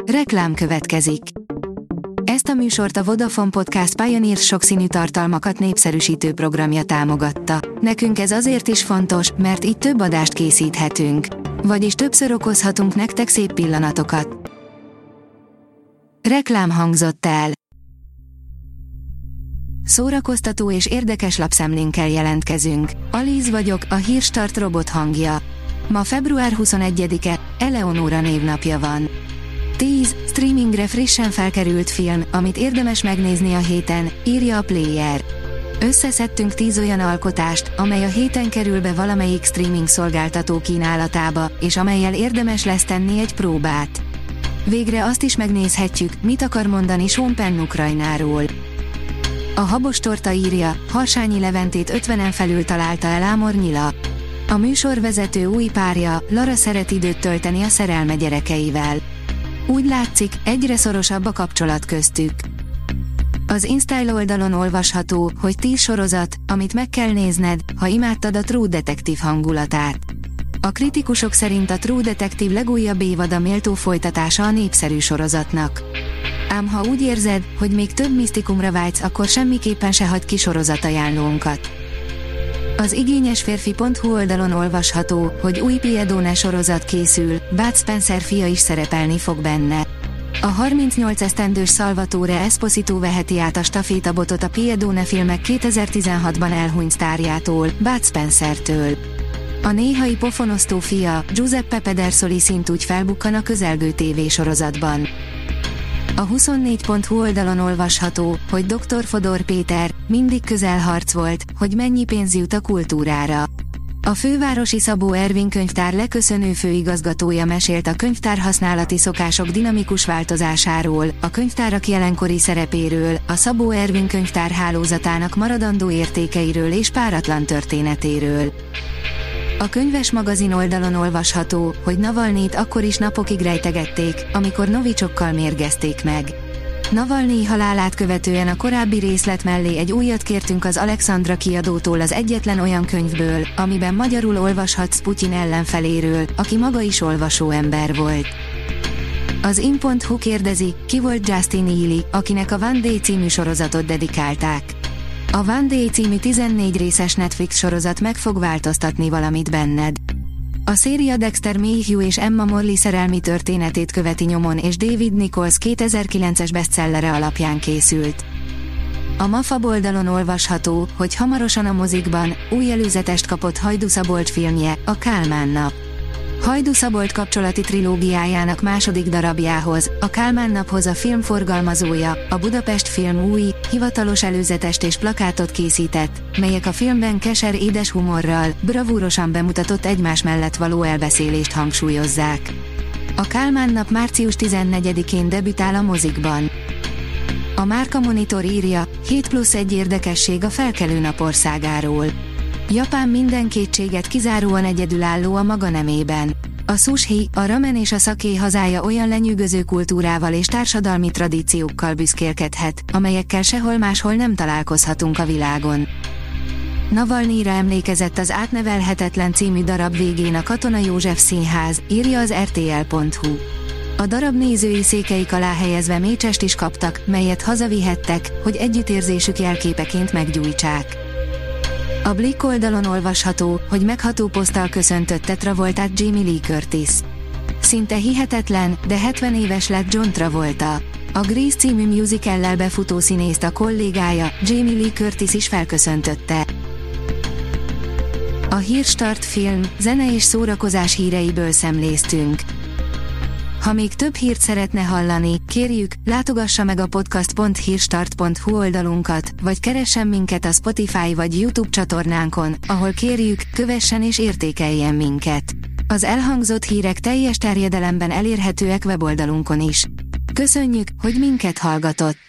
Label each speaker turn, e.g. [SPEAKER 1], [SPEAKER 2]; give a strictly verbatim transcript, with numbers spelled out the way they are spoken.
[SPEAKER 1] Reklám következik. Ezt a műsort a Vodafone Podcast Pioneer sokszínű tartalmakat népszerűsítő programja támogatta. Nekünk ez azért is fontos, mert így több adást készíthetünk. Vagyis többször okozhatunk nektek szép pillanatokat. Reklám hangzott el. Szórakoztató és érdekes lapszemlénkkel jelentkezünk. Alíz vagyok, a Hírstart robot hangja. Ma február huszonegyedike, Eleonóra névnapja van. tíz streamingre frissen felkerült film, amit érdemes megnézni a héten, írja a Player. Összeszedtünk tíz olyan alkotást, amely a héten kerül be valamelyik streaming szolgáltató kínálatába, és amellyel érdemes lesz tenni egy próbát. Végre azt is megnézhetjük, mit akar mondani Sean Penn Ukrajnáról. A Habos Torta írja, Harsányi Leventét ötvenen felül találta el Ámor Nyila. A műsorvezető új párja, Lara szeret időt tölteni a szerelme gyerekeivel. Úgy látszik, egyre szorosabb a kapcsolat köztük. Az InStyle oldalon olvasható, hogy tíz sorozat, amit meg kell nézned, ha imádtad a True Detective hangulatát. A kritikusok szerint a True Detective legújabb évada méltó folytatása a népszerű sorozatnak. Ám ha úgy érzed, hogy még több misztikumra vágysz, akkor semmiképpen se hagyd ki sorozatajánlónkat. Az igényesférfi pont hu oldalon olvasható, hogy új Piedone sorozat készül, Bud Spencer fia is szerepelni fog benne. A harmincnyolc esztendős Salvatore Esposito veheti át a stafétabotot a Piedone filmek kétezer-tizenhatban elhunyt sztárjától, Bud Spencertől. A néhai pofonosztó fia, Giuseppe Pedersoli szintúgy felbukkan a közelgő tévésorozatban. A huszonnégy pont hu oldalon olvasható, hogy doktor Fodor Péter mindig közelharc volt, hogy mennyi pénz jut a kultúrára. A fővárosi Szabó Ervin könyvtár leköszönő főigazgatója mesélt a könyvtárhasználati szokások dinamikus változásáról, a könyvtárak jelenkori szerepéről, a Szabó Ervin könyvtár hálózatának maradandó értékeiről és páratlan történetéről. A Könyves magazin oldalon olvasható, hogy Navalnyit akkor is napokig rejtegették, amikor novicsokkal mérgezték meg. Navalnyi halálát követően a korábbi részlet mellé egy újat kértünk az Alexandra kiadótól az egyetlen olyan könyvből, amiben magyarul olvashatsz Putyin ellenfeléről, aki maga is olvasó ember volt. Az in pont hu kérdezi, ki volt Justin Ely, akinek a One Day című sorozatot dedikálták. A One Day című tizennégy részes Netflix sorozat meg fog változtatni valamit benned. A széria Dexter Mayhew és Emma Morley szerelmi történetét követi nyomon, és David Nichols kétezer-kilences bestsellere alapján készült. A Mafab oldalon olvasható, hogy hamarosan a mozikban új előzetest kapott Hajdú Szabolcs filmje, a Kálmán nap. Hajdú Szabolcs kapcsolati trilógiájának második darabjához, a Kálmán naphoz a film forgalmazója, a Budapest Film új, hivatalos előzetest és plakátot készített, melyek a filmben keser édes humorral, bravúrosan bemutatott egymás mellett való elbeszélést hangsúlyozzák. A Kálmán nap március tizennegyedikén debütál a mozikban. A Márka Monitor írja, hét plusz egy érdekesség a felkelő nap országáról. Japán minden kétséget kizáróan egyedülálló a maga nemében. A sushi, a ramen és a szaké hazája olyan lenyűgöző kultúrával és társadalmi tradíciókkal büszkélkedhet, amelyekkel sehol máshol nem találkozhatunk a világon. Navalnyira emlékezett az Átnevelhetetlen című darab végén a Katona József Színház, írja az er té el pont hu. A darab nézői székeik alá helyezve mécsest is kaptak, melyet hazavihettek, hogy együttérzésük jelképeként meggyújtsák. A Blick oldalon olvasható, hogy megható poszttal köszöntötte Travoltát Jamie Lee Curtis. Szinte hihetetlen, de hetven éves lett John Travolta. A Grease című musicallel befutó színészt a kollégája, Jamie Lee Curtis is felköszöntötte. A Hírstart film, zene és szórakozás híreiből szemléztünk. Ha még több hírt szeretne hallani, kérjük, látogassa meg a podcast pont hírstart pont hu oldalunkat, vagy keressen minket a Spotify vagy YouTube csatornánkon, ahol kérjük, kövessen és értékeljen minket. Az elhangzott hírek teljes terjedelemben elérhetőek weboldalunkon is. Köszönjük, hogy minket hallgatott!